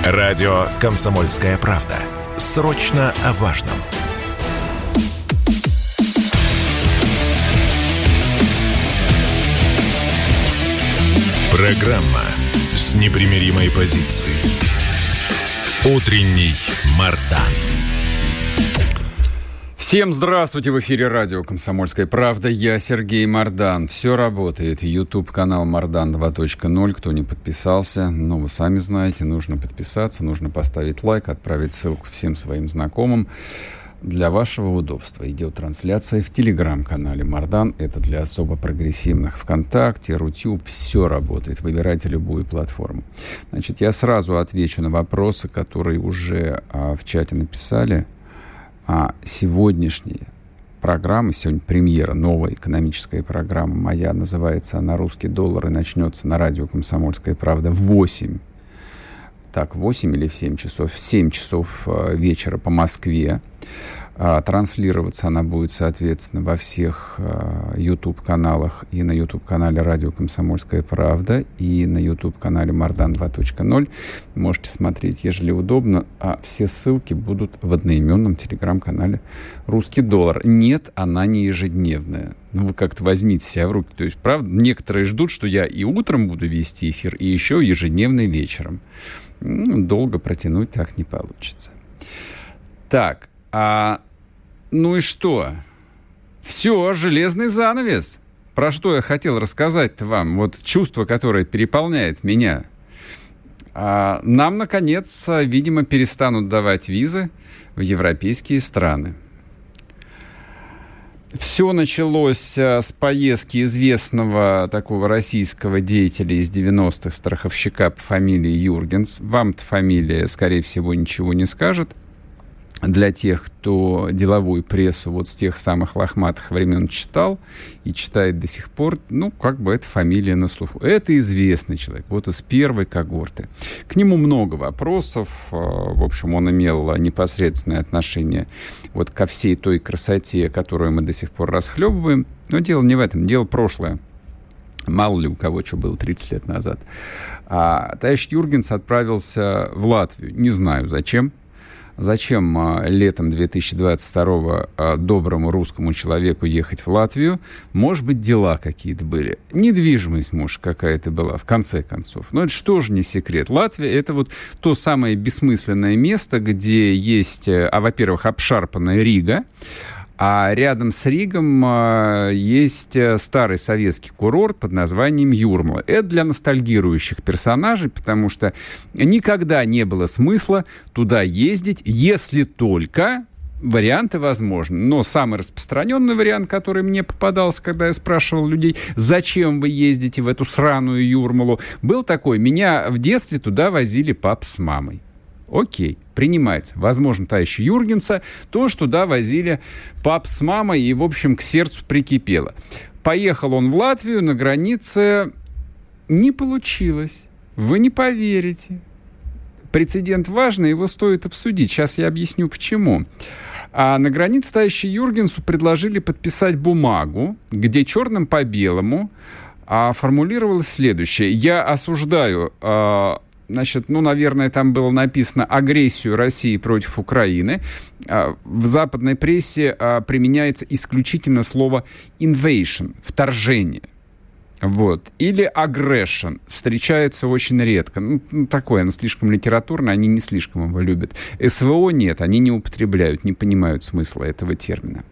Радио «Комсомольская правда». Срочно о важном. Программа с непримиримой позицией. Утренний Мардан. Всем здравствуйте! В эфире радио «Комсомольская правда». Я Сергей Мардан. Все работает. YouTube-канал Мардан 2.0. Кто не подписался, вы сами знаете, нужно подписаться, нужно поставить лайк, отправить ссылку всем своим знакомым. Для вашего удобства идет трансляция в телеграм-канале Мардан. Это для особо прогрессивных. ВКонтакте, Рутюб, все работает. Выбирайте любую платформу. Значит, я сразу отвечу на вопросы, которые уже в чате написали. Сегодняшняя программа, сегодня премьера, новая экономическая программа моя, называется она «Русский доллар» и начнется на радио «Комсомольская правда» в 8 или в 7 часов? В 7 часов вечера по Москве. Транслироваться она будет, соответственно, во всех YouTube-каналах и на YouTube-канале «Радио Комсомольская правда», и на YouTube-канале «Мардан 2.0». Можете смотреть, ежели удобно. А все ссылки будут в одноименном телеграм-канале «Русский доллар». Нет, она не ежедневная. Вы как-то возьмите себя в руки. То есть, правда, некоторые ждут, что я и утром буду вести эфир, и еще ежедневный вечером. Долго протянуть так не получится. Так, и что? Все, железный занавес. Про что я хотел рассказать-то вам? Вот чувство, которое переполняет меня. Нам, наконец, видимо, перестанут давать визы в европейские страны. Все началось с поездки известного такого российского деятеля из 90-х, страховщика по фамилии Юргенс. Вам-то фамилия, скорее всего, ничего не скажет. Для тех, кто деловую прессу вот с тех самых лохматых времен читал и читает до сих пор, эта фамилия на слуху. Это известный человек, вот из первой когорты. К нему много вопросов. В общем, он имел непосредственное отношение вот ко всей той красоте, которую мы до сих пор расхлебываем. Но дело не в этом, дело прошлое. Мало ли у кого что было 30 лет назад. Товарищ Юргенс отправился в Латвию. Не знаю, зачем. Зачем летом 2022-го доброму русскому человеку ехать в Латвию? Может быть, дела какие-то были. Недвижимость, может, какая-то была, в конце концов. Но это что же не секрет. Латвия — это вот то самое бессмысленное место, где есть, во-первых, обшарпанная Рига, а рядом с Ригом есть старый советский курорт под названием Юрмала. Это для ностальгирующих персонажей, потому что никогда не было смысла туда ездить, если только варианты возможны. Но самый распространенный вариант, который мне попадался, когда я спрашивал людей, зачем вы ездите в эту сраную Юрмалу, был такой: меня в детстве туда возили папа с мамой. Окей, принимается. Возможно, товарища Юргенса тоже туда возили пап с мамой, и, в общем, к сердцу прикипело. Поехал он в Латвию, на границе не получилось. Вы не поверите. Прецедент важный, его стоит обсудить. Сейчас я объясню, почему. А на границе товарищу Юргенсу предложили подписать бумагу, где черным по белому формулировалось следующее. Я осуждаю... наверное, там было написано агрессию России против Украины. В западной прессе применяется исключительно слово invasion, вторжение. Вот. Или aggression. Встречается очень редко. Такое, оно слишком литературно, они не слишком его любят. СВО нет, они не употребляют, не понимают смысла этого термина.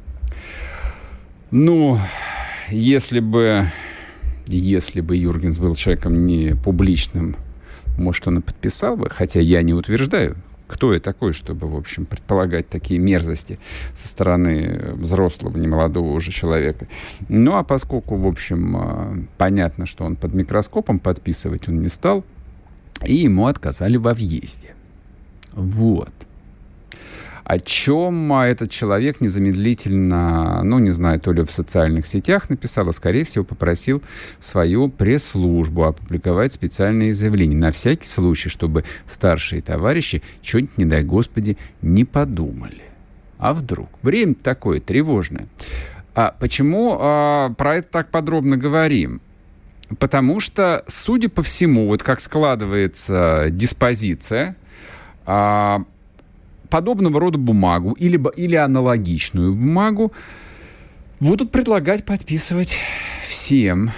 Если бы Юргенс был человеком не публичным, может, он и подписал бы, хотя я не утверждаю, кто я такой, чтобы, в общем, предполагать такие мерзости со стороны взрослого, немолодого уже человека. А поскольку, в общем, понятно, что он под микроскопом, подписывать он не стал, и ему отказали во въезде. Вот. О чем этот человек незамедлительно, не знаю, то ли в социальных сетях написал, а, скорее всего, попросил свою пресс-службу опубликовать специальные заявления. На всякий случай, чтобы старшие товарищи что-нибудь, не дай Господи, не подумали. А вдруг? Время такое тревожное. Почему про это так подробно говорим? Потому что, судя по всему, вот как складывается диспозиция, подобного рода бумагу или аналогичную бумагу будут предлагать подписывать всем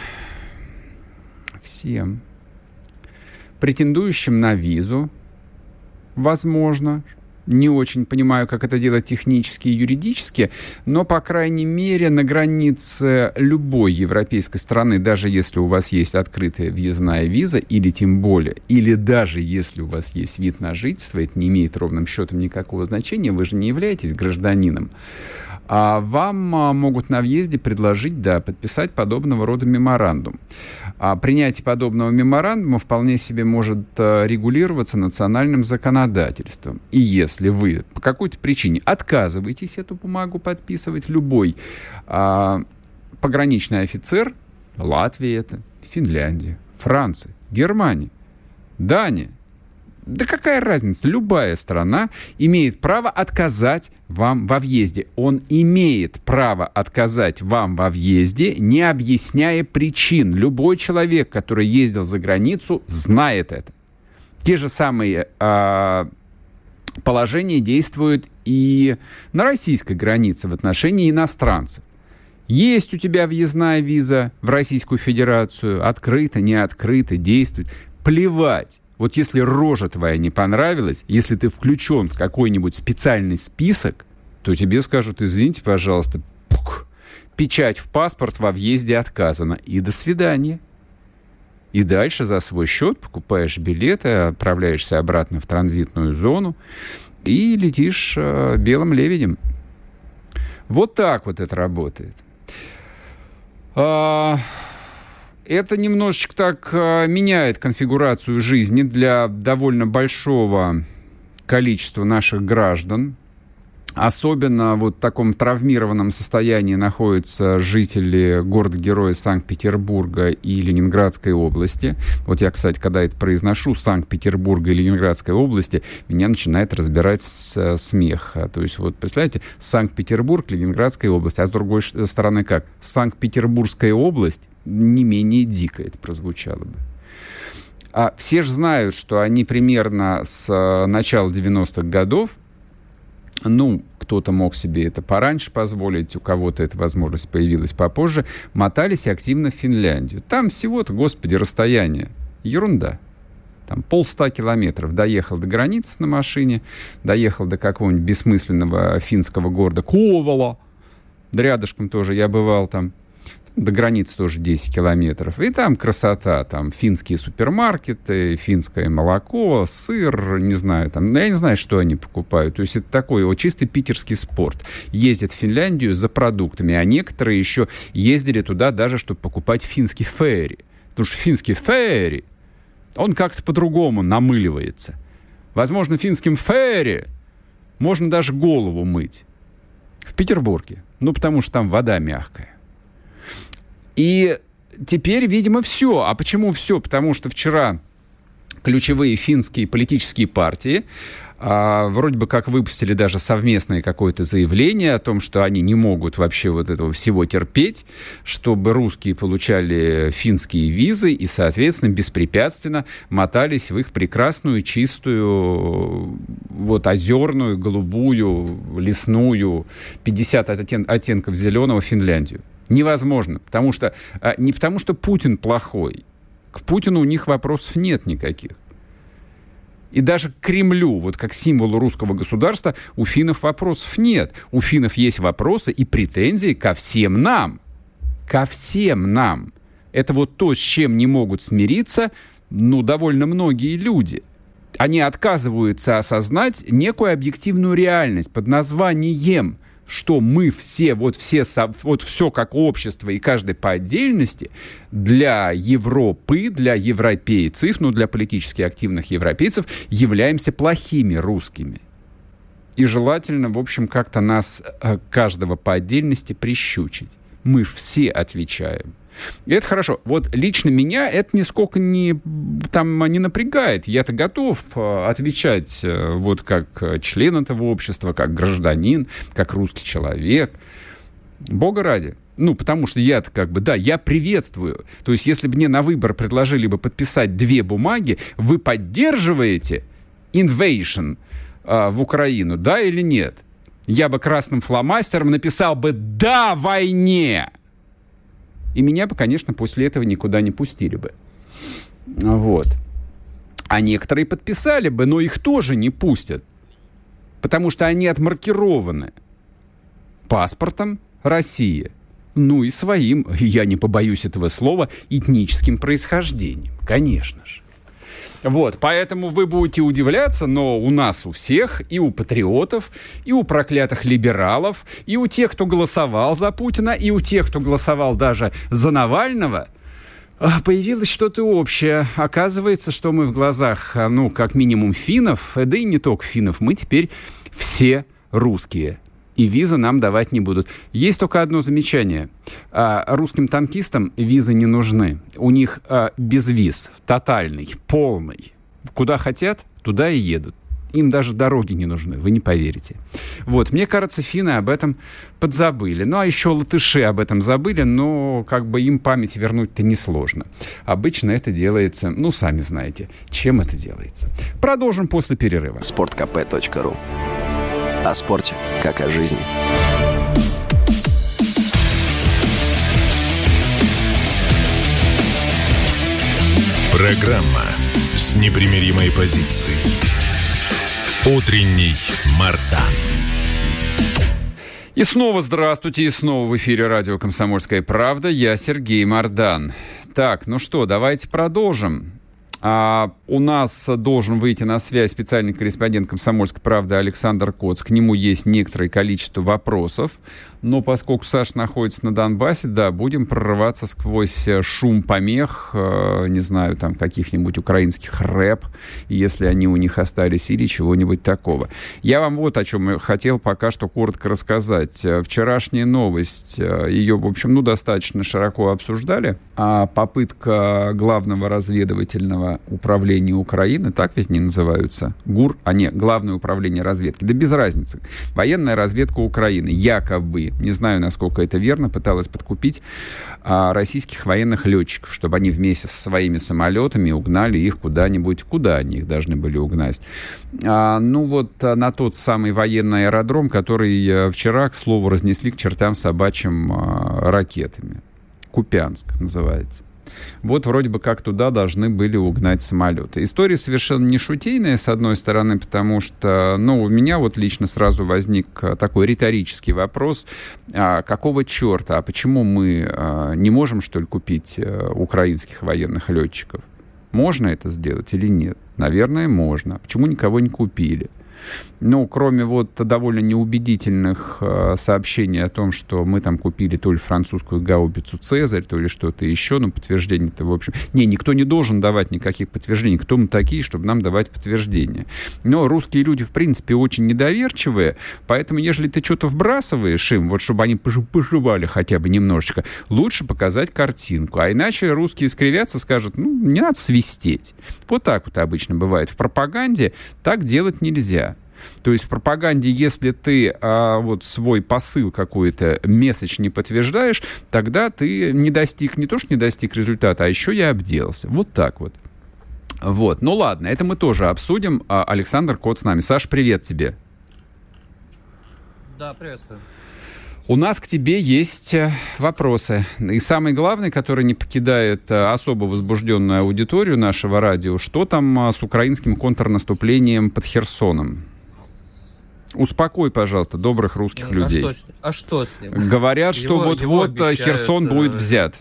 претендующим на визу, возможно. Не очень понимаю, как это делать технически и юридически, но, по крайней мере, на границе любой европейской страны, даже если у вас есть открытая въездная виза, или тем более, или даже если у вас есть вид на жительство, это не имеет ровным счетом никакого значения, вы же не являетесь гражданином, а вам могут на въезде предложить, подписать подобного рода меморандум. Принятие подобного меморандума вполне себе может регулироваться национальным законодательством. И если вы по какой-то причине отказываетесь эту бумагу подписывать, любой пограничный офицер, Латвия это, Финляндия, Франция, Германия, Дания, да какая разница, любая страна имеет право отказать вам во въезде. Он имеет право отказать вам во въезде, не объясняя причин. Любой человек, который ездил за границу, знает это. Те же самые положения действуют и на российской границе в отношении иностранцев. Есть у тебя въездная виза в Российскую Федерацию, открыто, не открыто, действует. Плевать. Вот если рожа твоя не понравилась, если ты включен в какой-нибудь специальный список, то тебе скажут: извините, пожалуйста, печать в паспорт во въезде отказана. И до свидания. И дальше за свой счет покупаешь билеты, отправляешься обратно в транзитную зону и летишь белым лебедем. Вот так вот это работает. Это немножечко так меняет конфигурацию жизни для довольно большого количества наших граждан. Особенно вот в таком травмированном состоянии находятся жители города-героя Санкт-Петербурга и Ленинградской области. Вот я, кстати, когда это произношу, Санкт-Петербурга и Ленинградской области, меня начинает разбирать смех. То есть вот, представляете, Санкт-Петербург, Ленинградская область, а с другой стороны как? Санкт-Петербургская область не менее дико это прозвучало бы. Все же знают, что они примерно с начала 90-х годов, кто-то мог себе это пораньше позволить, у кого-то эта возможность появилась попозже, мотались активно в Финляндию. Там всего-то, господи, расстояние. Ерунда. Там 150 километров. Доехал до границы на машине, доехал до какого-нибудь бессмысленного финского города Ковала. Да рядышком тоже я бывал там. До границы тоже 10 километров. И там красота, там финские супермаркеты, финское молоко, сыр, не знаю, там, я не знаю, что они покупают. То есть это такой вот чистый питерский спорт. Ездят в Финляндию за продуктами, а некоторые еще ездили туда даже, чтобы покупать финский ферри. Потому что финский ферри, он как-то по-другому намыливается. Возможно, финским ферри можно даже голову мыть. В Петербурге. Потому что там вода мягкая. И теперь, видимо, все. А почему все? Потому что вчера ключевые финские политические партии вроде бы как выпустили даже совместное какое-то заявление о том, что они не могут вообще вот этого всего терпеть, чтобы русские получали финские визы и, соответственно, беспрепятственно мотались в их прекрасную, чистую, вот озерную, голубую, лесную, 50 оттенков зеленого Финляндию. Невозможно, не потому что Путин плохой. К Путину у них вопросов нет никаких. И даже к Кремлю, вот как символу русского государства, у финнов вопросов нет. У финнов есть вопросы и претензии ко всем нам. Ко всем нам. Это вот то, с чем не могут смириться, довольно многие люди. Они отказываются осознать некую объективную реальность под названием, что мы все как общество и каждый по отдельности для Европы, для европейцев, для политически активных европейцев являемся плохими русскими. И желательно, в общем, как-то нас, каждого по отдельности, прищучить. Мы все отвечаем. И это хорошо. Вот лично меня это нисколько не напрягает. Я-то готов отвечать вот как член этого общества, как гражданин, как русский человек. Бога ради. Потому что я-то я приветствую. То есть если бы мне на выбор предложили бы подписать 2 бумаги, вы поддерживаете invasion в Украину, да или нет? Я бы красным фломастером написал бы «Да, войне!» И меня бы, конечно, после этого никуда не пустили бы. Вот. А некоторые подписали бы, но их тоже не пустят. Потому что они отмаркированы паспортом России. Ну и своим, я не побоюсь этого слова, этническим происхождением. Конечно же. Вот, поэтому вы будете удивляться, но у нас у всех, и у патриотов, и у проклятых либералов, и у тех, кто голосовал за Путина, и у тех, кто голосовал даже за Навального, появилось что-то общее. Оказывается, что мы в глазах, ну, как минимум финнов, да и не только финнов, мы теперь все русские. И визы нам давать не будут. Есть только одно замечание. Русским танкистам визы не нужны. У них безвиз, тотальный, полный. Куда хотят, туда и едут. Им даже дороги не нужны, вы не поверите. Вот, мне кажется, финны об этом подзабыли. Ну, а еще латыши об этом забыли, но как бы им память вернуть-то несложно. Обычно это делается, ну, сами знаете, чем это делается. Продолжим после перерыва. sportkp.ru. О спорте, как о жизни. Программа с непримиримой позицией. Утренний Мардан. И снова здравствуйте, и снова в эфире радио «Комсомольская правда». Я Сергей Мардан. Так, ну что, давайте продолжим. У нас должен выйти на связь специальный корреспондент «Комсомольской правды» Александр Коц. К нему есть некоторое количество вопросов. Но поскольку Саша находится на Донбассе, да, будем прорываться сквозь шум помех, не знаю, там, каких-нибудь украинских рэп, если они у них остались, или чего-нибудь такого. Я вам вот о чем хотел пока что коротко рассказать. Вчерашняя новость, ее, в общем, ну, достаточно широко обсуждали. Попытка Главного разведывательного управления Украины, так ведь не называются? ГУР, Главное управление разведки. Да без разницы. Военная разведка Украины якобы, не знаю, насколько это верно, пыталась подкупить российских военных летчиков, чтобы они вместе со своими самолетами угнали их куда-нибудь, куда они их должны были угнать. Ну вот на тот самый военный аэродром, который вчера, к слову, разнесли к чертям собачьим ракетами. Купянск называется. Вот вроде бы как туда должны были угнать самолеты. История совершенно не шутейная, с одной стороны, потому что, ну, у меня вот лично сразу возник такой риторический вопрос, какого черта, а почему мы не можем, что ли, купить украинских военных летчиков? Можно это сделать или нет? Наверное, можно. Почему никого не купили? Ну, кроме вот довольно неубедительных сообщений о том, что мы там купили то ли французскую гаубицу «Цезарь», то ли что-то еще, но подтверждение-то, в общем... никто не должен давать никаких подтверждений. Кто мы такие, чтобы нам давать подтверждения? Но русские люди, в принципе, очень недоверчивые, поэтому, ежели ты что-то вбрасываешь им, вот чтобы они пожевали хотя бы немножечко, лучше показать картинку. А иначе русские скривятся, скажут, ну, не надо свистеть. Вот так вот обычно бывает. В пропаганде так делать нельзя. То есть в пропаганде, если ты вот свой посыл какой-то, месседж не подтверждаешь, тогда ты не то, что не достиг результата, а еще я обделался. Вот так вот. Вот. Ну ладно, это мы тоже обсудим. Александр Кот с нами. Саш, привет тебе. Да, приветствую. У нас к тебе есть вопросы. И самый главный, который не покидает особо возбужденную аудиторию нашего радио, что там с украинским контрнаступлением под Херсоном? Успокой, пожалуйста, добрых русских людей. Что с ним? Говорят, что вот-вот Херсон будет взят.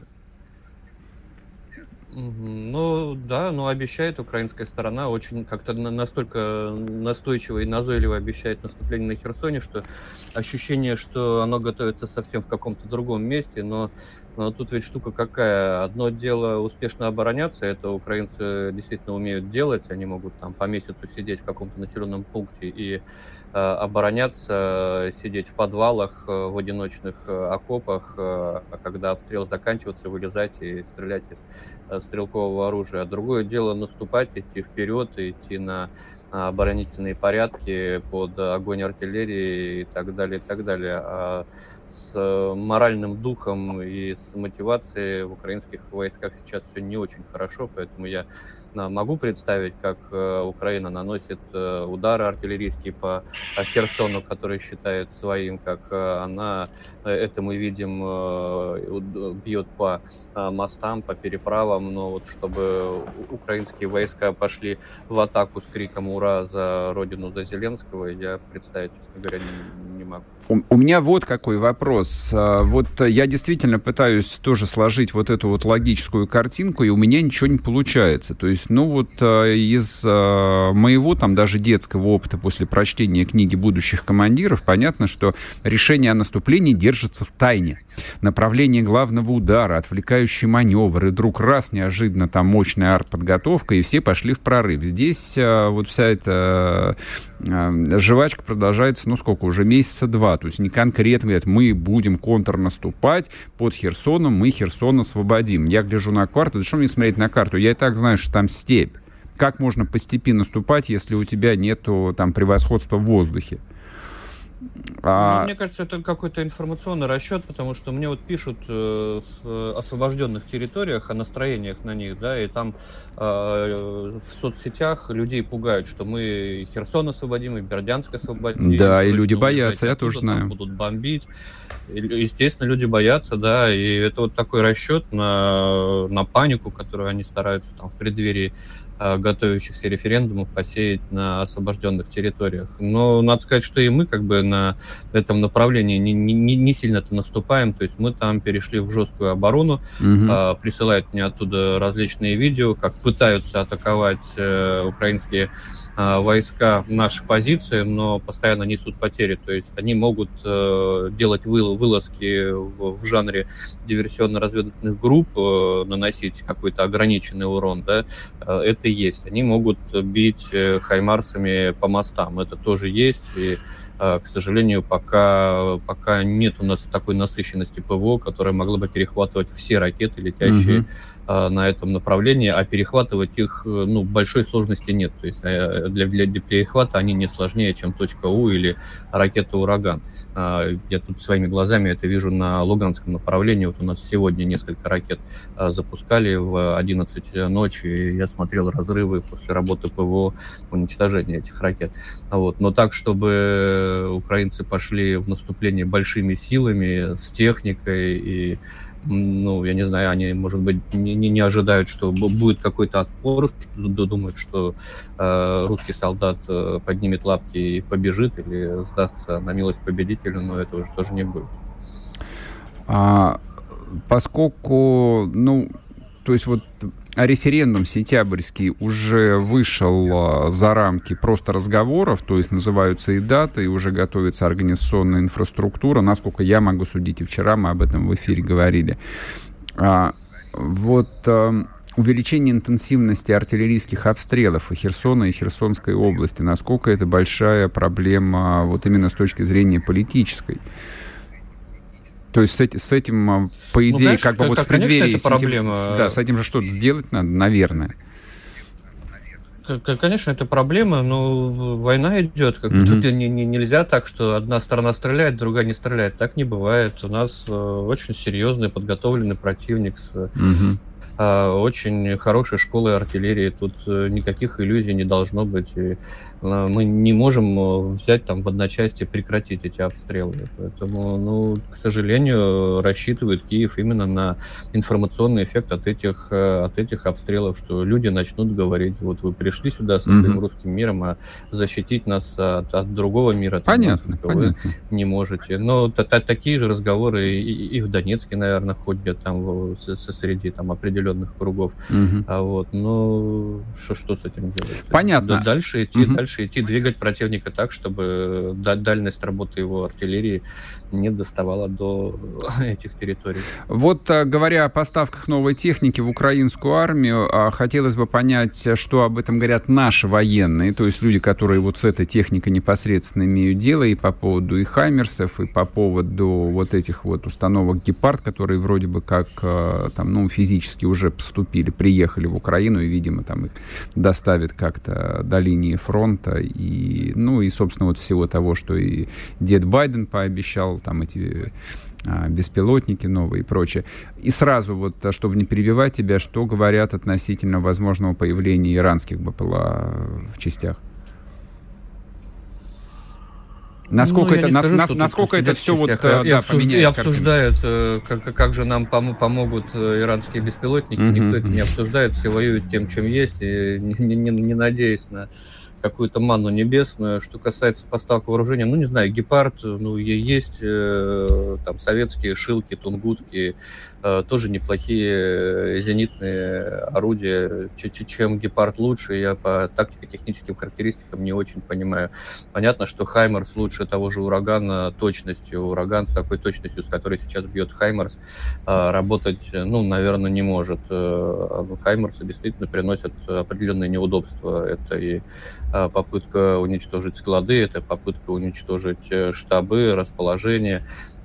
Ну, да, обещает украинская сторона, очень как-то настолько настойчиво и назойливо обещает наступление на Херсоне, что ощущение, что оно готовится совсем в каком-то другом месте, но тут ведь штука какая. Одно дело успешно обороняться, это украинцы действительно умеют делать, они могут там по месяцу сидеть в каком-то населенном пункте и обороняться, сидеть в подвалах, в одиночных окопах, а когда обстрел заканчивается, вылезать и стрелять из стрелкового оружия. А другое дело наступать, идти вперед, идти на оборонительные порядки под огонь артиллерии и так далее, и так далее. А с моральным духом и с мотивацией в украинских войсках сейчас все не очень хорошо, поэтому я могу представить, как Украина наносит удары артиллерийские по Херсону, который считает своим, как она, это мы видим, бьет по мостам, по переправам, но вот чтобы украинские войска пошли в атаку с криком «Ура!» за родину, за Зеленского, я представить, честно говоря, не могу. У меня вот какой вопрос. Вот я действительно пытаюсь тоже сложить вот эту вот логическую картинку, и у меня ничего не получается. То есть, ну вот из моего там даже детского опыта после прочтения книги будущих командиров понятно, что решение о наступлении держится в тайне. Направление главного удара, отвлекающий маневр, и вдруг раз, неожиданно там мощная артподготовка, и все пошли в прорыв. Здесь вот вся эта жвачка продолжается, ну сколько, уже месяца два. То есть не конкретно говорят, мы будем контрнаступать под Херсоном, мы Херсон освободим. Я гляжу на карту, да что мне смотреть на карту? Я и так знаю, что там степь. Как можно постепенно наступать, если у тебя нету там превосходства в воздухе? Мне кажется, это какой-то информационный расчет, потому что мне вот пишут с освобожденных территориях о настроениях на них, да, и там в соцсетях людей пугают, что мы Херсон освободим, и Бердянск освободим. Да, и люди боятся, я тоже знаю. Будут бомбить. Естественно, люди боятся, да, и это вот такой расчет на панику, которую они стараются там в преддверии готовящихся референдумов посеять на освобожденных территориях. Но надо сказать, что и мы как бы на этом направлении не сильно-то наступаем, то есть мы там перешли в жесткую оборону, присылают мне оттуда различные видео, как пытаются атаковать украинские войска наши позиции, но постоянно несут потери, то есть они могут делать вылазки в жанре диверсионно-разведывательных групп, наносить какой-то ограниченный урон, да, это есть. Они могут бить хаймарсами по мостам, это тоже есть, и, к сожалению, пока нет у нас такой насыщенности ПВО, которая могла бы перехватывать все ракеты, летящие на этом направлении, а перехватывать их, ну, большой сложности нет. То есть для перехвата они не сложнее, чем точка У или ракета «Ураган». Я тут своими глазами это вижу на Луганском направлении. Вот у нас сегодня несколько ракет запускали в 11 ночи, и я смотрел разрывы после работы ПВО, уничтожения этих ракет. Вот. Но так, чтобы украинцы пошли в наступление большими силами, с техникой и, ну, я не знаю, они, может быть, не ожидают, что будет какой-то отпор, думают, что русский солдат поднимет лапки и побежит или сдастся на милость победителю, но этого уже тоже не будет. Поскольку, ну, то есть вот референдум сентябрьский уже вышел за рамки просто разговоров, то есть называются и даты, и уже готовится организационная инфраструктура, насколько я могу судить, и вчера мы об этом в эфире говорили. Увеличение интенсивности артиллерийских обстрелов и Херсона, и Херсонской области, насколько это большая проблема вот именно с точки зрения политической? То есть с этим, по идее, конечно, как бы вот в преддверии... Проблема. Да, с этим же что-то сделать надо, наверное. Конечно, это проблема, но война идет. Тут нельзя так, что одна сторона стреляет, другая не стреляет. Так не бывает. У нас очень серьезный, подготовленный противник с очень хорошей школой артиллерии. Тут никаких иллюзий не должно быть. И мы не можем взять там в одночасье прекратить эти обстрелы. Поэтому, ну, к сожалению, рассчитывает Киев именно на информационный эффект от этих обстрелов, что люди начнут говорить, вот вы пришли сюда со своим русским миром, а защитить нас от другого мира, понятно. Вы не можете. Но такие же разговоры и в Донецке, наверное, ходят там среди там определенных кругов. Вот. Но что с этим делать? Понятно. Дальше идти, двигать противника так, чтобы дальность работы его артиллерии не доставала до этих территорий. Вот, говоря о поставках новой техники в украинскую армию, хотелось бы понять, что об этом говорят наши военные, то есть люди, которые вот с этой техникой непосредственно имеют дело, и по поводу и «Хаймерсов», и по поводу вот этих вот установок «Гепард», которые вроде бы как там, ну, физически уже поступили, приехали в Украину, и, видимо, там их доставят как-то до линии фронта. фронта, и, собственно, вот всего того, что и дед Байден пообещал, там эти беспилотники новые и прочее. И сразу, вот, чтобы не перебивать тебя, что говорят относительно возможного появления иранских БПЛА в частях? Насколько это все вот и обсуждают, как же нам помогут иранские беспилотники. Никто это не обсуждает, все воюют тем, чем есть, и не надеясь на какую-то манну небесную. Что касается поставок вооружения, не знаю, «Гепард», есть там советские «Шилки», «Тунгусские», тоже неплохие зенитные орудия. Чем «Гепард» лучше, я по тактико-техническим характеристикам не очень понимаю. Понятно, что «Хаймарс» лучше того же «Урагана» точностью. «Ураган» с такой точностью, с которой сейчас бьет «Хаймарс», работать, наверное, не может. «Хаймарсы» действительно приносят определенные неудобства. Это и попытка уничтожить склады, это попытка уничтожить штабы, расположение.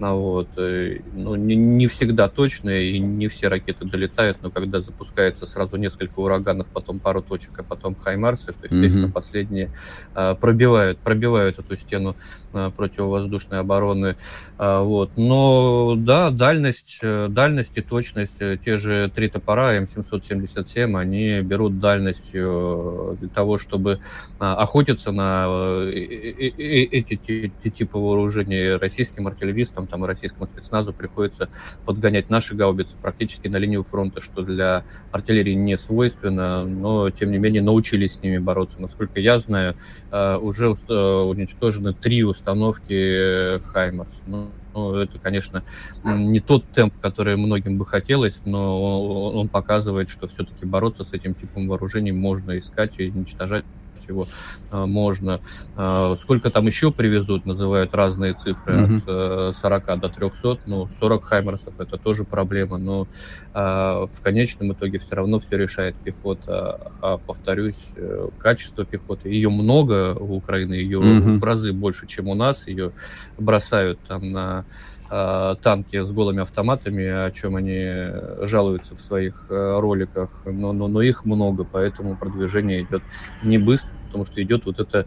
Не всегда точные, и не все ракеты долетают, но когда запускается сразу несколько «Ураганов», потом пару точек, а потом «Хаймарсы», то, естественно, последние пробивают эту стену противовоздушной обороны. Но да, дальность и точность, те же 3 топора М777, они берут дальностью для того, чтобы охотиться на эти типы вооружений. Российским артиллеристам, и российскому спецназу приходится подгонять наши гаубицы практически на линию фронта, что для артиллерии не свойственно, но, тем не менее, научились с ними бороться. Насколько я знаю, уже уничтожены 3 установки «Хаймарс». Это, конечно, не тот темп, который многим бы хотелось, но он показывает, что все-таки бороться с этим типом вооружений можно, искать и уничтожать его можно. Сколько там еще привезут, называют разные цифры, от 40 до 300, 40 «Хаймарсов» — это тоже проблема, но в конечном итоге все равно все решает пехота. Повторюсь, качество пехоты, ее много в Украине, ее в разы больше, чем у нас, ее бросают там на танки с голыми автоматами, о чем они жалуются в своих роликах, но их много, поэтому продвижение идет не быстро, потому что идет вот это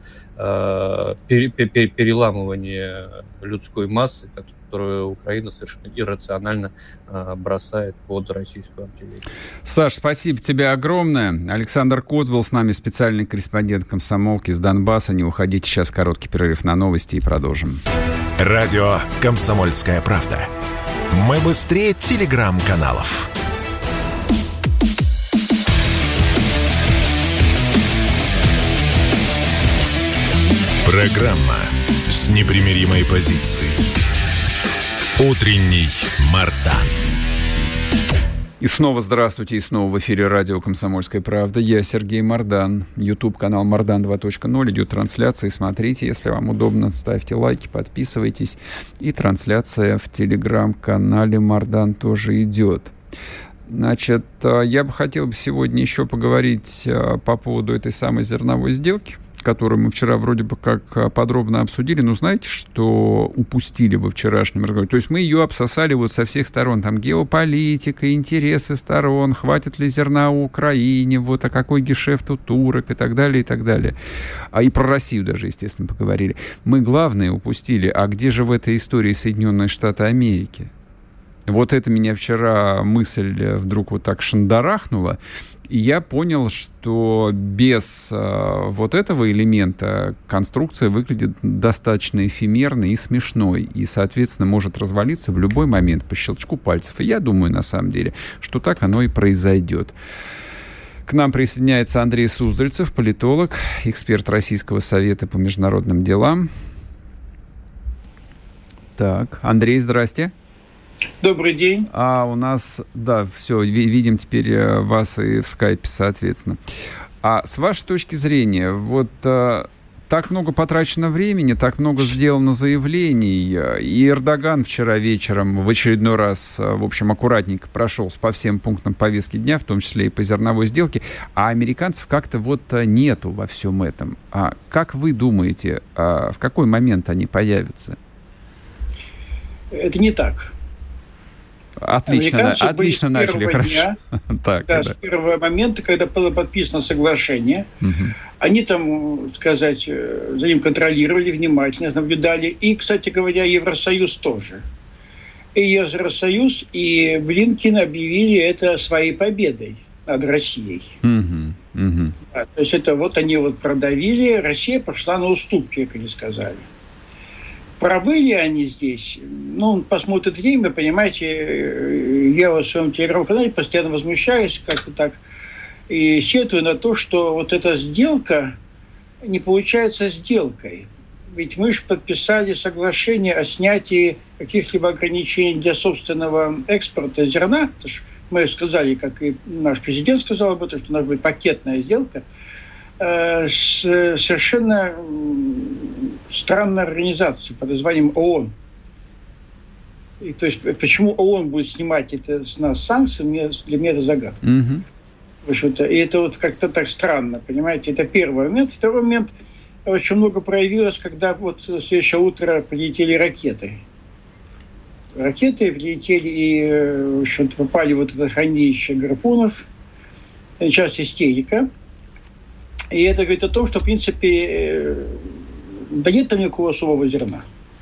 переламывание людской массы, которую Украина совершенно иррационально бросает под российскую артиллерию. Саш, спасибо тебе огромное. Александр Коц был с нами, специальный корреспондент «Комсомолки» из Донбасса. Не уходите, сейчас короткий перерыв на новости и продолжим. Радио «Комсомольская правда». Мы быстрее телеграм-каналов. Программа с непримиримой позицией. Утренний Мардан. И снова здравствуйте, и снова в эфире радио «Комсомольская правда». Я Сергей Мардан. YouTube-канал Мардан 2.0. Идет трансляция. Смотрите, если вам удобно, ставьте лайки, подписывайтесь. И трансляция в телеграм-канале Мардан тоже идет. Значит, я бы хотел сегодня еще поговорить по поводу этой самой зерновой сделки, которую мы вчера вроде бы как подробно обсудили, но знаете, что упустили во вчерашнем разговоре? То есть мы ее обсосали вот со всех сторон. Там геополитика, интересы сторон, хватит ли зерна у Украине, вот, а какой гешефт у турок и так далее, и так далее. И про Россию даже, естественно, поговорили. Мы главное упустили, а где же в этой истории Соединенные Штаты Америки? Вот это меня вчера мысль вдруг вот так шандарахнула, и я понял, что без вот этого элемента конструкция выглядит достаточно эфемерной и смешной, и, соответственно, может развалиться в любой момент по щелчку пальцев. И я думаю, на самом деле, что так оно и произойдет. К нам присоединяется Андрей Суздальцев, политолог, эксперт Российского совета по международным делам. Так, Андрей, здрасте. Добрый день. У нас, да, все, видим теперь вас и в скайпе, соответственно. А с вашей точки зрения, вот так много потрачено времени, так много сделано заявлений, и Эрдоган вчера вечером в очередной раз, в общем, аккуратненько прошелся по всем пунктам повестки дня, в том числе и по зерновой сделке, а американцев как-то вот нету во всем этом. А как вы думаете, в какой момент они появятся? Это не так. Отлично начали, хорошо. С первого момента, когда было подписано соглашение, они там, сказать, за ним контролировали, внимательно наблюдали. И, кстати говоря, Евросоюз тоже. И Евросоюз, и Блинкен объявили это своей победой над Россией. Да, то есть это вот они вот продавили, Россия пошла на уступки, как они сказали. Правы ли они здесь? Ну, посмотрит время, понимаете, я в своем телеграм-канале постоянно возмущаюсь как-то так и сетую на то, что вот эта сделка не получается сделкой. Ведь мы же подписали соглашение о снятии каких-либо ограничений для собственного экспорта зерна. Мы сказали, как и наш президент сказал об этом, что у нас будет пакетная сделка с совершенно странной организацией под названием ООН. И, то есть, почему ООН будет снимать это с нас санкции, для меня это загадка. В общем-то, и это вот как-то так странно, понимаете. Это первый момент. Второй момент очень много проявилось, когда вот в следующее утро прилетели ракеты. Ракеты прилетели и, в общем-то, попали в вот это хранилище гарпунов. Сейчас истерика. И это говорит о том, что, в принципе, да нет там никакого особого зерна.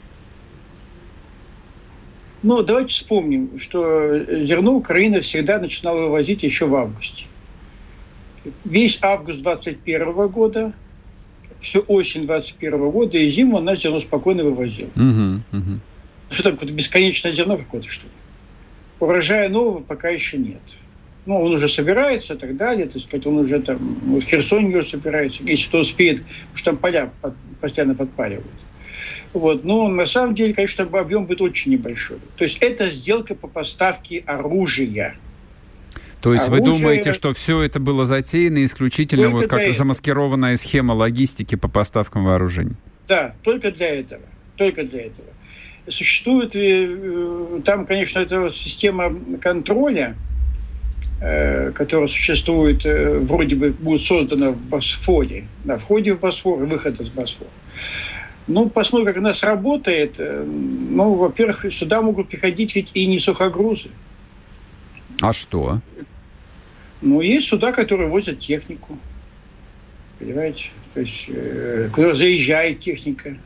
Ну, давайте вспомним, что зерно Украина всегда начинала вывозить еще в августе. Весь август 2021 года, всю осень 2021 года и зиму она зерно спокойно вывозила. Что там, какое-то бесконечное зерно какое-то, что ли? Урожая нового пока еще нет. Ну, он уже собирается и так далее, так сказать, он уже там, в Херсоне уже собирается, если кто успеет, потому что там поля постоянно подпаливают. Вот. Но на самом деле, конечно, объем будет очень небольшой. То есть это сделка по поставке оружия. То есть вы думаете, что все это было затеяно исключительно вот как замаскированная схема логистики по поставкам вооружений? Да, только для этого. Только для этого. Существует там, конечно, эта система контроля, которая существует, вроде бы будет создана в Босфоре, на входе в Босфор и выходе из Босфора. Ну, посмотрим, как она сработает. Ну, во-первых, сюда могут приходить ведь и не сухогрузы. А что? Ну, есть суда, которые возят технику. Понимаете? То есть, куда заезжает техника.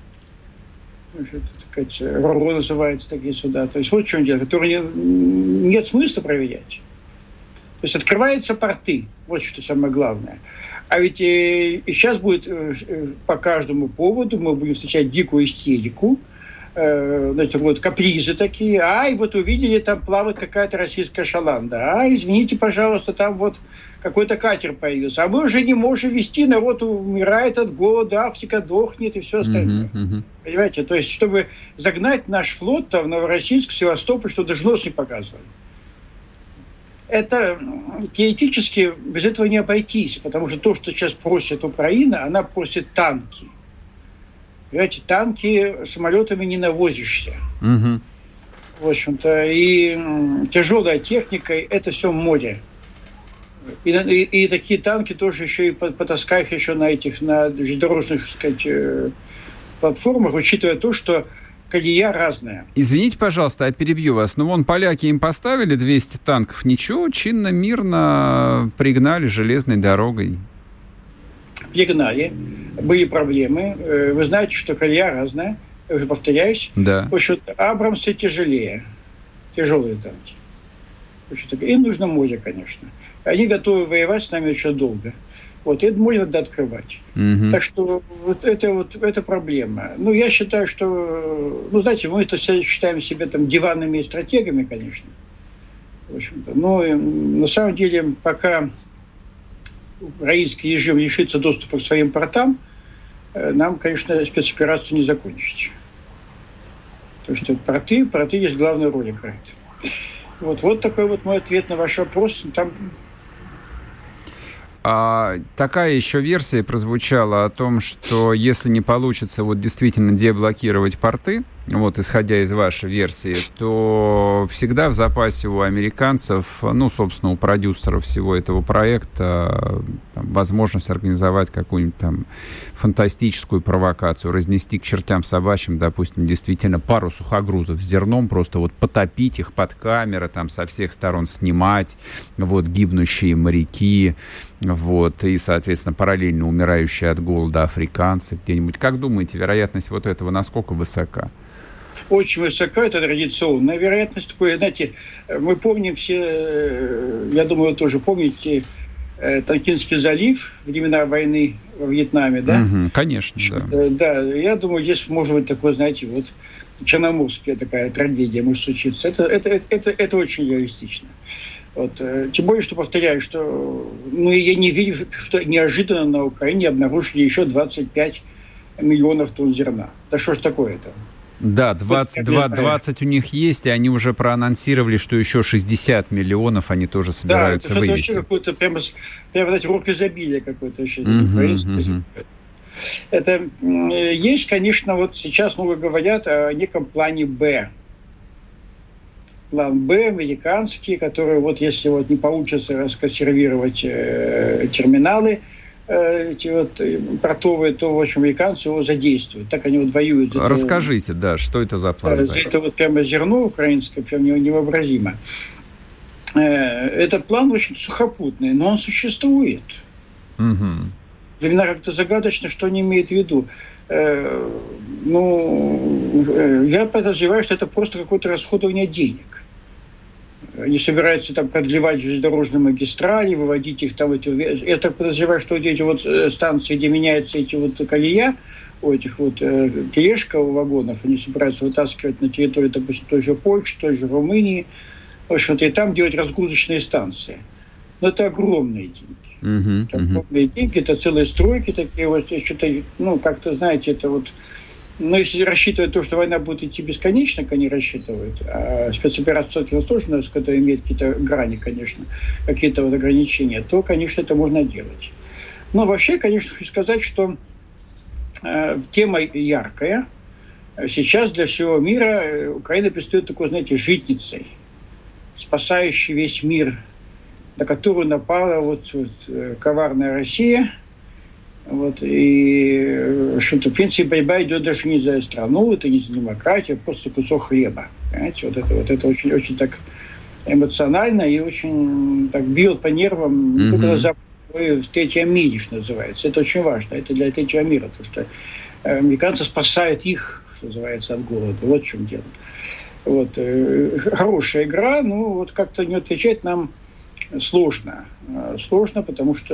РОРО называются такие суда. То есть, вот в чем дело, которые нет смысла проверять. То есть открываются порты, вот что самое главное. А ведь и сейчас будет по каждому поводу мы будем встречать дикую истерику, знаете, вот капризы такие. Ай, вот увидели, там плавает какая-то российская шаланда. Ай, извините, пожалуйста, там вот какой-то катер появился. А мы уже не можем вести, народ умирает от голода, Африка дохнет и все остальное. Понимаете? То есть, чтобы загнать наш флот там, в Новороссийск, Севастополь, что даже нос не показывали. Это теоретически без этого не обойтись, потому что то, что сейчас просит Украина, она просит танки. Понимаете, танки самолетами не навозишься. В общем-то, и тяжелая техника, это все море. И такие танки тоже еще и потаскать еще на этих, на железнодорожных, так сказать, платформах, учитывая то, что колея разная. Извините, пожалуйста, я перебью вас. Ну, вон поляки им поставили 200 танков. Ничего, чинно, мирно пригнали железной дорогой. Пригнали. Были проблемы. Вы знаете, что колея разная. Я уже повторяюсь. Да. В общем, Абрамсы тяжелее. Тяжелые танки. В общем, им нужно море, конечно. Они готовы воевать с нами очень долго. Вот, это море надо открывать. Так что вот это проблема. Ну, я считаю, что... Ну, знаете, мы-то считаем себя там диванными стратегами, конечно. В общем-то. Но на самом деле, пока украинский режим лишится доступа к своим портам, нам, конечно, спецоперацию не закончить. Потому что порты здесь главную роль играют. Вот такой вот мой ответ на ваш вопрос. Там... Такая еще версия прозвучала о том, что если не получится вот действительно деблокировать порты, вот исходя из вашей версии, то всегда в запасе у американцев, ну, собственно, у продюсеров всего этого проекта возможность организовать какую-нибудь там фантастическую провокацию, разнести к чертям собачьим, допустим, действительно пару сухогрузов с зерном, просто вот потопить их под камеры, там со всех сторон снимать, вот гибнущие моряки, вот, и, соответственно, параллельно умирающие от голода африканцы где-нибудь. Как думаете, вероятность вот этого насколько высока? Очень высока, это традиционная вероятность. Такое, знаете, мы помним все, я думаю, вы тоже помните, Тонкинский залив, времена войны во Вьетнаме, да? Конечно, да. Да, я думаю, здесь может быть такое, знаете, вот черноморская такая трагедия может случиться. Это очень реалистично. Вот. Тем более, что, повторяю, что я не верю, что неожиданно на Украине обнаружили еще 25 миллионов тонн зерна. Да что ж такое-то? Да, 20 у них есть, и они уже проанонсировали, что еще 60 миллионов они тоже собираются вывести. Да, это вообще какой-то прямо знаете, рок изобилия какой-то вообще. Это есть, конечно, вот сейчас много говорят о неком плане «Б». План «Б» американский, который вот если вот не получится расконсервировать терминалы, эти вот портовые, то, в общем, американцы его задействуют. Так они вот воюют. Расскажите, да, что это за план? Это вот прямо зерно украинское, прям невообразимо. Это план очень сухопутный, но он существует. Для меня как-то загадочно, что он имеет в виду. Я подозреваю, что это просто какое-то расходование денег. Они собираются там продлевать железнодорожные магистрали, выводить их там. Я так подозреваю, что вот эти вот станции, где меняются эти вот колея, у этих вот тележка у вагонов, они собираются вытаскивать на территорию, допустим, той же Польши, той же Румынии. В общем-то, и там делать разгрузочные станции. Но это огромные деньги. Огромные деньги, это целые стройки такие вот, что-то, как-то, знаете, это вот. Но если рассчитывать то, что война будет идти бесконечно, как они рассчитывают, а спецоперация тоже у нас, когда имеет какие-то грани, конечно, какие-то вот ограничения, то, конечно, это можно делать. Но вообще, конечно, хочу сказать, что тема яркая. Сейчас для всего мира Украина предстает такой, знаете, житницей, спасающей весь мир, на которую напала вот коварная Россия. Вот, и, в общем-то, в принципе, борьба идет даже не за страну, это не за демократию, а просто кусок хлеба. Понимаете, вот это очень так эмоционально и очень так бьет по нервам, не только на Западе, в третьем мире, что называется. Это очень важно, это для третьего мира, потому что американцы спасают их, что называется, от голода. Вот в чем дело. Вот, хорошая игра, но вот как-то не отвечать нам сложно. Сложно, потому что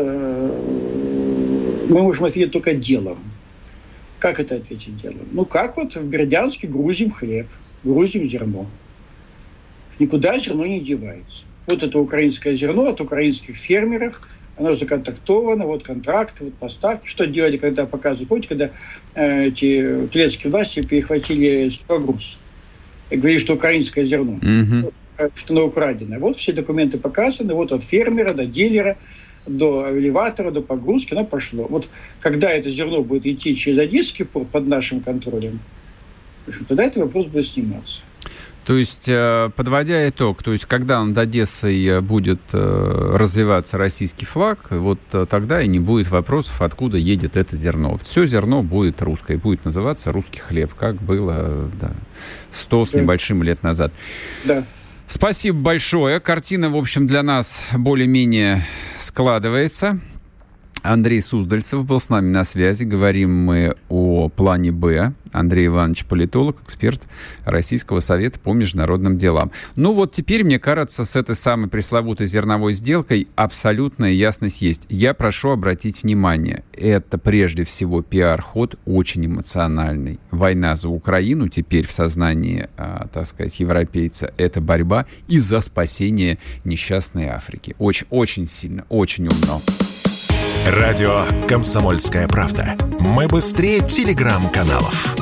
мы можем ответить только делом. Как это ответить делом? Как вот в Бердянске грузим хлеб, грузим зерно. Никуда зерно не девается. Вот это украинское зерно от украинских фермеров, оно законтрактовано, вот контракт, вот поставки. Что делали, когда показывали? Помните, когда эти турецкие власти перехватили сухогруз и говорили, что украинское зерно, что оно украдено. Вот все документы показаны, вот от фермера до дилера, до элеватора, до погрузки, оно пошло. Вот когда это зерно будет идти через Одесский порт под нашим контролем, тогда этот вопрос будет сниматься. То есть, подводя итог, то есть, когда над Одессой будет развиваться российский флаг, вот тогда и не будет вопросов, откуда едет это зерно. Все зерно будет русское, будет называться русский хлеб, как было 100 с небольшим лет назад. Да. Спасибо большое. Картина, в общем, для нас более-менее складывается. Андрей Суздальцев был с нами на связи. Говорим мы о плане «Б». Андрей Иванович, политолог, эксперт Российского совета по международным делам. Вот теперь, мне кажется, с этой самой пресловутой зерновой сделкой абсолютная ясность есть. Я прошу обратить внимание, это прежде всего пиар-ход очень эмоциональный. Война за Украину теперь в сознании, так сказать, европейца — это борьба и за спасение несчастной Африки. Очень, очень сильно, очень умно. Радио «Комсомольская правда». Мы быстрее телеграм-каналов.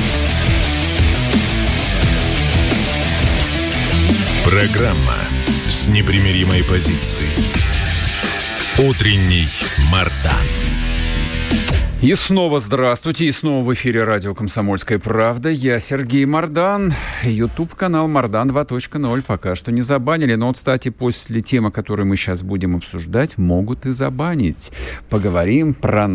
Программа с непримиримой позицией. Утренний Мардан. И снова здравствуйте, и снова в эфире радио «Комсомольская правда». Я Сергей Мардан, YouTube-канал Мардан 2.0 пока что не забанили. Но вот, кстати, после темы, которую мы сейчас будем обсуждать, могут и забанить. Поговорим про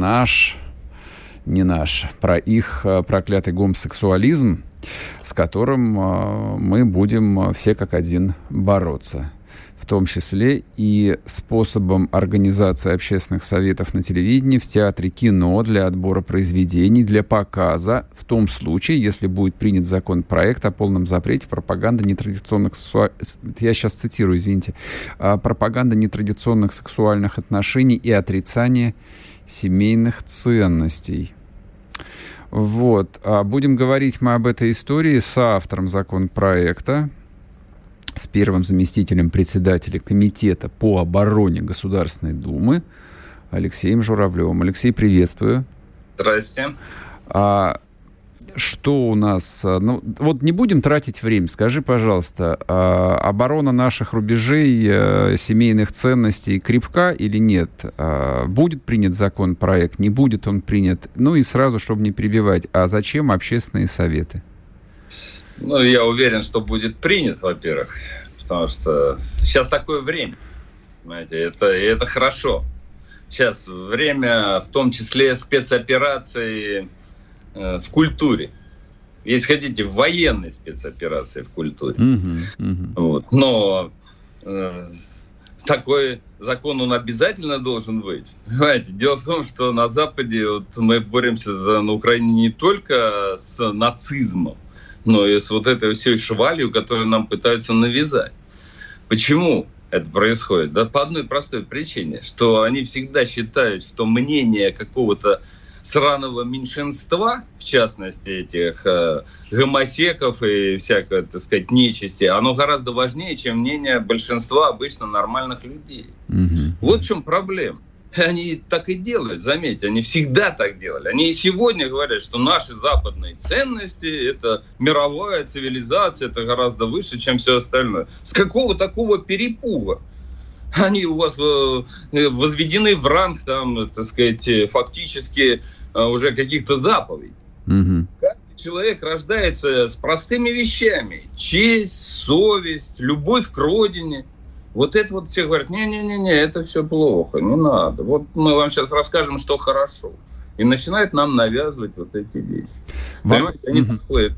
про их проклятый гомосексуализм, с которым мы будем все как один бороться. В том числе и способом организации общественных советов на телевидении, в театре, кино, для отбора произведений, для показа, в том случае, если будет принят законопроект о полном запрете пропаганды нетрадиционных я сейчас цитирую, извините, пропаганда нетрадиционных сексуальных отношений и отрицание семейных ценностей. Вот. Будем говорить мы об этой истории с автором законопроекта, с первым заместителем председателя Комитета по обороне Государственной Думы Алексеем Журавлевым. Алексей, приветствую. Здрасте. Что у нас? Ну, вот не будем тратить время. Скажи, пожалуйста, оборона наших рубежей, семейных ценностей крепка или нет? Будет принят законопроект, не будет он принят? Ну и сразу, чтобы не перебивать, а зачем общественные советы? Ну, я уверен, что будет принят, во-первых, потому что сейчас такое время, понимаете, это хорошо. Сейчас время, в том числе спецопераций в культуре. Если хотите, военные спецоперации в культуре. Вот. Но такой закон, он обязательно должен быть. Понимаете, дело в том, что на Западе вот, мы боремся на Украине не только с нацизмом, но и с вот этой всей швалью, которую нам пытаются навязать. Почему это происходит? Да по одной простой причине, что они всегда считают, что мнение какого-то сраного меньшинства, в частности этих гомосеков и всякой, так сказать, нечисти, оно гораздо важнее, чем мнение большинства обычно нормальных людей. Вот в чем проблема. Они так и делают, заметьте, они всегда так делали. Они и сегодня говорят, что наши западные ценности, это мировая цивилизация, это гораздо выше, чем все остальное. С какого такого перепуга? Они у вас возведены в ранг, там, так сказать, фактически уже каких-то заповедей. Каждый человек рождается с простыми вещами. Честь, совесть, любовь к родине. Вот это вот все говорят, не-не-не, это все плохо, не надо. Вот мы вам сейчас расскажем, что хорошо. И начинают нам навязывать вот эти вещи. Понимаете, они доходят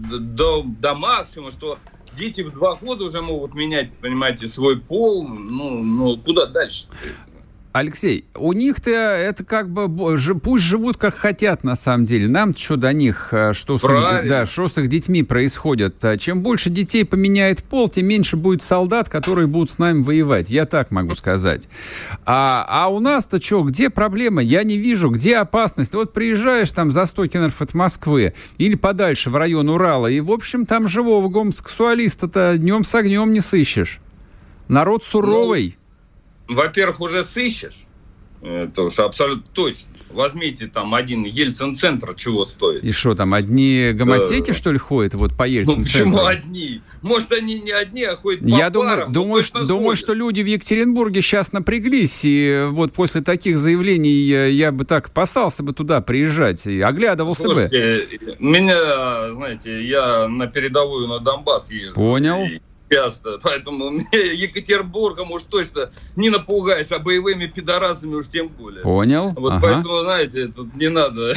до максимума, что дети в 2 года уже могут менять, понимаете, свой пол. Ну куда дальше? Алексей, у них-то это как бы пусть живут как хотят на самом деле. Нам что до них, что с их детьми происходит. Чем больше детей поменяет пол, тем меньше будет солдат, которые будут с нами воевать. Я так могу сказать. А у нас-то что, где проблема? Я не вижу, где опасность. Вот приезжаешь там за 100 километров от Москвы или подальше в район Урала, и, в общем, там живого гомосексуалиста-то днем с огнем не сыщешь. Народ суровый. Во-первых, уже сыщешь, это уж абсолютно точно. Возьмите там один Ельцин-центр, чего стоит. И что, там одни гомосеки, что ли, ходят вот по Ельцин-центру? Почему одни? Может, они не одни, а ходят по Я парам. думаю, что люди в Екатеринбурге сейчас напряглись, и вот после таких заявлений я бы так опасался бы туда приезжать и оглядывался бы. Меня, знаете, я на передовую на Донбасс езжу. Понял. Часто, поэтому Екатеринбургом уж точно не напугаешь, а боевыми пидорасами уж тем более. Понял. Вот поэтому, знаете, тут не надо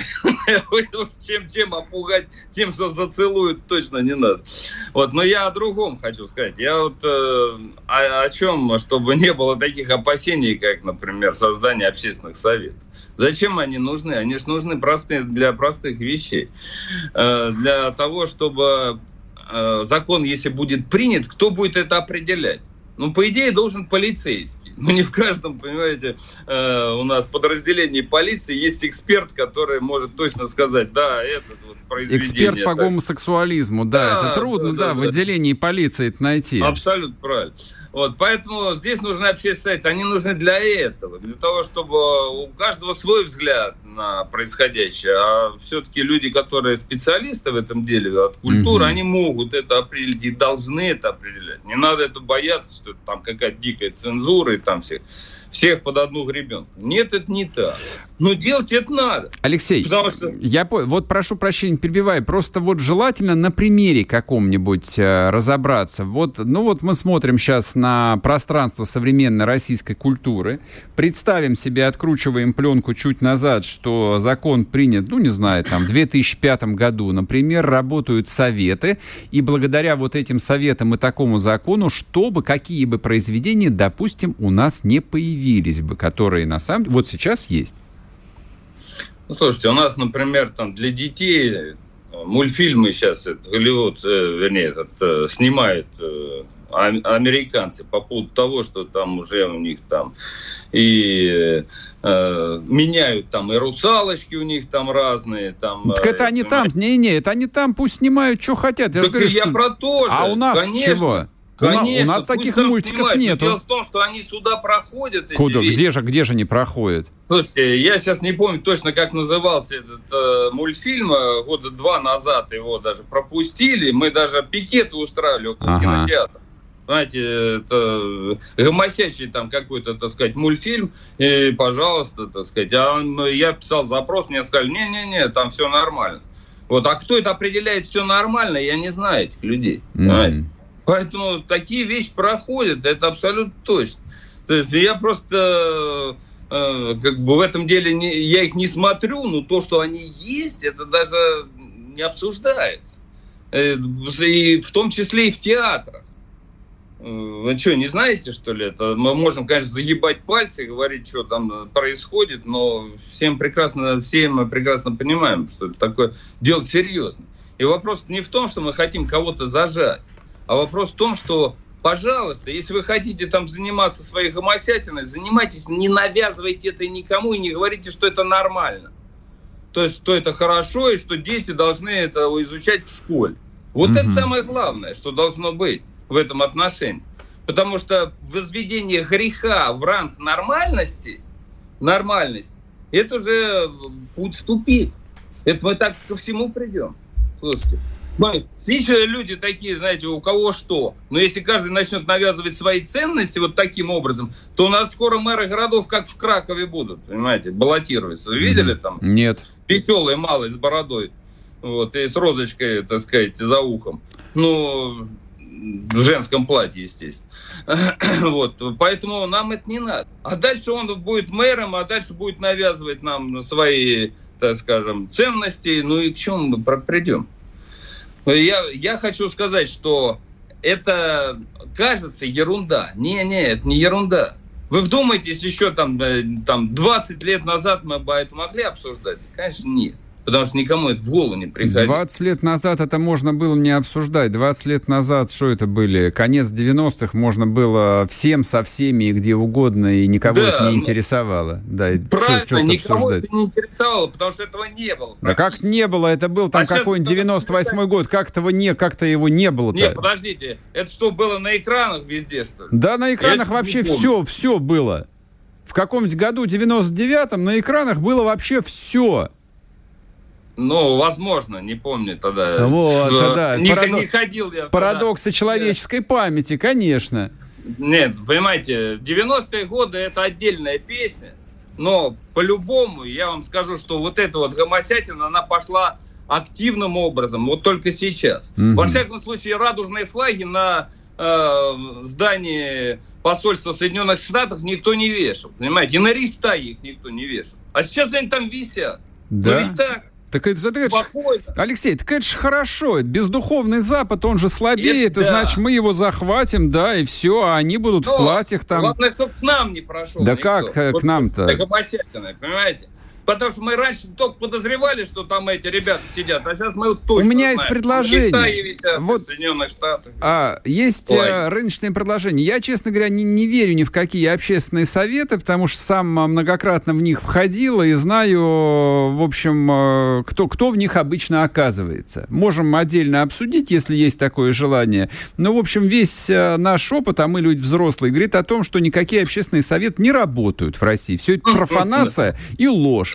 чем опугать, тем, что зацелуют, точно не надо. Вот, но я о другом хочу сказать. Я вот о чем, чтобы не было таких опасений, как, например, создание общественных советов. Зачем они нужны? Они же нужны для простых вещей. Для того, чтобы закон, если будет принят, кто будет это определять? Ну, по идее, должен полицейский. Ну, не в каждом, понимаете, у нас подразделении полиции есть эксперт, который может точно сказать, да, это вот произведение. Эксперт по гомосексуализму, да, это трудно, да, в отделении полиции это найти. Абсолютно правильно. Вот, поэтому здесь нужны общественные советы. Они нужны для этого, для того, чтобы у каждого свой взгляд на происходящее. А все-таки люди, которые специалисты в этом деле, от культуры, они могут это определить и должны это определять. Не надо это бояться, что это там какая-то дикая цензура и там всех под одну гребенку. Нет, это не так. Но делать это надо. Алексей, что... вот прошу прощения, перебиваю. Просто вот желательно на примере каком-нибудь разобраться. Вот мы смотрим сейчас на пространство современной российской культуры. Представим себе, откручиваем пленку чуть назад, что закон принят, в 2005 году, например, работают советы. И благодаря вот этим советам и такому закону, какие бы произведения, допустим, у нас не появились бы, которые на самом деле вот сейчас есть. Слушайте, у нас, например, там для детей мультфильмы сейчас Голливуд, снимают американцы по поводу того, что там уже у них там и меняют там и русалочки у них там разные. Там, так это они там, это они там пусть снимают, что хотят. Я про то же. А у нас конечно. Чего? Конечно, у нас таких мультиков нету. Дело в том, что они сюда проходят. Куда? Где же они проходят? Слушайте, я сейчас не помню точно, как назывался этот мультфильм. Года 2 назад его даже пропустили. Мы даже пикеты устраивали около кинотеатра. Знаете, это гомосячий там какой-то, так сказать, мультфильм. И, пожалуйста, так сказать. Я писал запрос, мне сказали, не, там все нормально. Вот, а кто это определяет все нормально, я не знаю этих людей. Поэтому такие вещи проходят, это абсолютно точно. То есть я просто в этом деле я их не смотрю, но то, что они есть, это даже не обсуждается. И в том числе и в театрах. Вы что, не знаете, что ли, это? Мы можем, конечно, загибать пальцы и говорить, что там происходит, но все мы прекрасно понимаем, что это такое дело серьезное. И вопрос не в том, что мы хотим кого-то зажать, а вопрос в том, что, пожалуйста, если вы хотите там заниматься своей гомосятиной, занимайтесь, не навязывайте это никому и не говорите, что это нормально. То есть, что это хорошо и что дети должны это изучать в школе. Вот это самое главное, что должно быть в этом отношении. Потому что возведение греха в ранг нормальности, это уже путь в тупик. Это мы так ко всему придем. Слушайте. Сейчас люди такие, знаете, у кого что. Но если каждый начнет навязывать свои ценности вот таким образом, то у нас скоро мэры городов, как в Кракове, будут, понимаете, баллотироваться. Вы видели там? Нет. Веселый малый с бородой. Вот, и с розочкой, так сказать, за ухом. В женском платье, естественно. Вот, поэтому нам это не надо. А дальше он будет мэром, а дальше будет навязывать нам свои, так скажем, ценности. И к чему мы придем? Я хочу сказать, что это кажется ерунда. Не, это не ерунда. Вы вдумайтесь, еще там 20 лет назад мы бы это могли обсуждать? Конечно, нет. Потому что никому это в голову не приходило. 20 лет назад это можно было не обсуждать. 20 лет назад что это были? Конец 90-х, можно было всем со всеми и где угодно, и никого это не интересовало. Да, правильно, никого это не интересовало, потому что этого не было. Да как не было? Это был там какой-нибудь 98-й год. Как-то его не было-то. Нет, подождите. Это что, было на экранах везде, что ли? Да, на экранах вообще все было. В каком-нибудь году, 99-м, на экранах было вообще все. Возможно, не помню тогда. Да. Не ходил я. Парадоксы человеческой памяти, конечно. Нет, понимаете, 90-е годы это отдельная песня, но по-любому я вам скажу, что вот эта вот гомосятина, она пошла активным образом, вот только сейчас. Во всяком случае, радужные флаги на здании посольства Соединенных Штатов никто не вешал, понимаете, и на Рейхстаге их никто не вешал. А сейчас они там висят. Да. Ведь так. Так это Алексей, так это же хорошо. Бездуховный Запад, он же слабеет, и значит, мы его захватим, да, и все, а они будут в платьях там. Главное, чтобы к нам не прошел. Да никто. Как к нам-то? Понимаете? Потому что мы раньше только подозревали, что там эти ребята сидят, а сейчас мы точно У меня знаем. есть предложение. Висят, в Соединенных Штатах. Есть рыночные предложения. Я, честно говоря, не верю ни в какие общественные советы, потому что сам многократно в них входил и знаю, в общем, кто в них обычно оказывается. Можем отдельно обсудить, если есть такое желание. Но, в общем, весь наш опыт, а мы люди взрослые, говорит о том, что никакие общественные советы не работают в России. Все это профанация и ложь.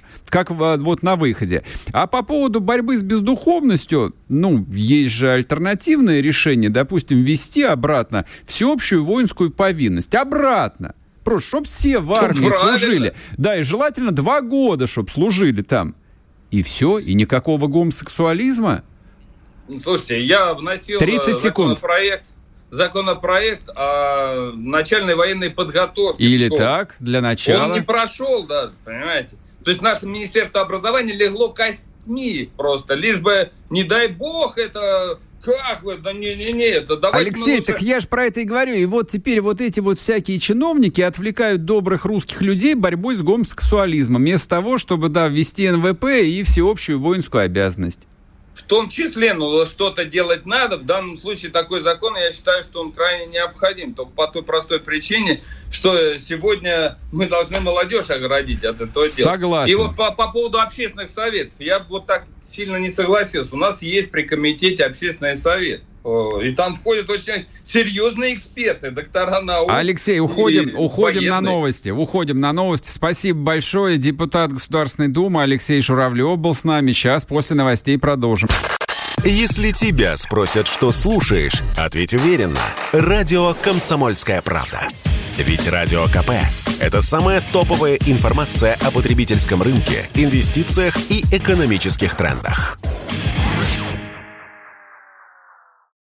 ложь, как вот на выходе. А по поводу борьбы с бездуховностью, есть же альтернативное решение, допустим, ввести обратно всеобщую воинскую повинность. Обратно. Просто, чтобы все в армии служили. Да, и желательно 2 года, чтобы служили там. И все, и никакого гомосексуализма. Слушайте, я вносил 30 секунд. Законопроект о начальной военной подготовке. Или так, для начала. Он не прошел даже, понимаете? То есть наше Министерство образования легло костьми просто, лишь бы, не дай бог, это... Как вы? Да это давайте. Алексей, лучше... так я же про это и говорю. И вот теперь вот эти вот всякие чиновники отвлекают добрых русских людей борьбой с гомосексуализмом, вместо того, чтобы, ввести НВП и всеобщую воинскую обязанность. В том числе, что-то делать надо. В данном случае такой закон, я считаю, что он крайне необходим. Только по той простой причине, что сегодня мы должны молодежь оградить от этого дела. Согласен. И вот по поводу общественных советов. Я вот так сильно не согласился. У нас есть при комитете общественный совет. И там входят очень серьезные эксперты, доктора наук. Алексей, уходим на новости. Уходим на новости. Спасибо большое. Депутат Государственной Думы Алексей Журавлев был с нами. Сейчас после новостей продолжим. Если тебя спросят, что слушаешь, ответь уверенно. Радио «Комсомольская правда». Ведь Радио КП – это самая топовая информация о потребительском рынке, инвестициях и экономических трендах.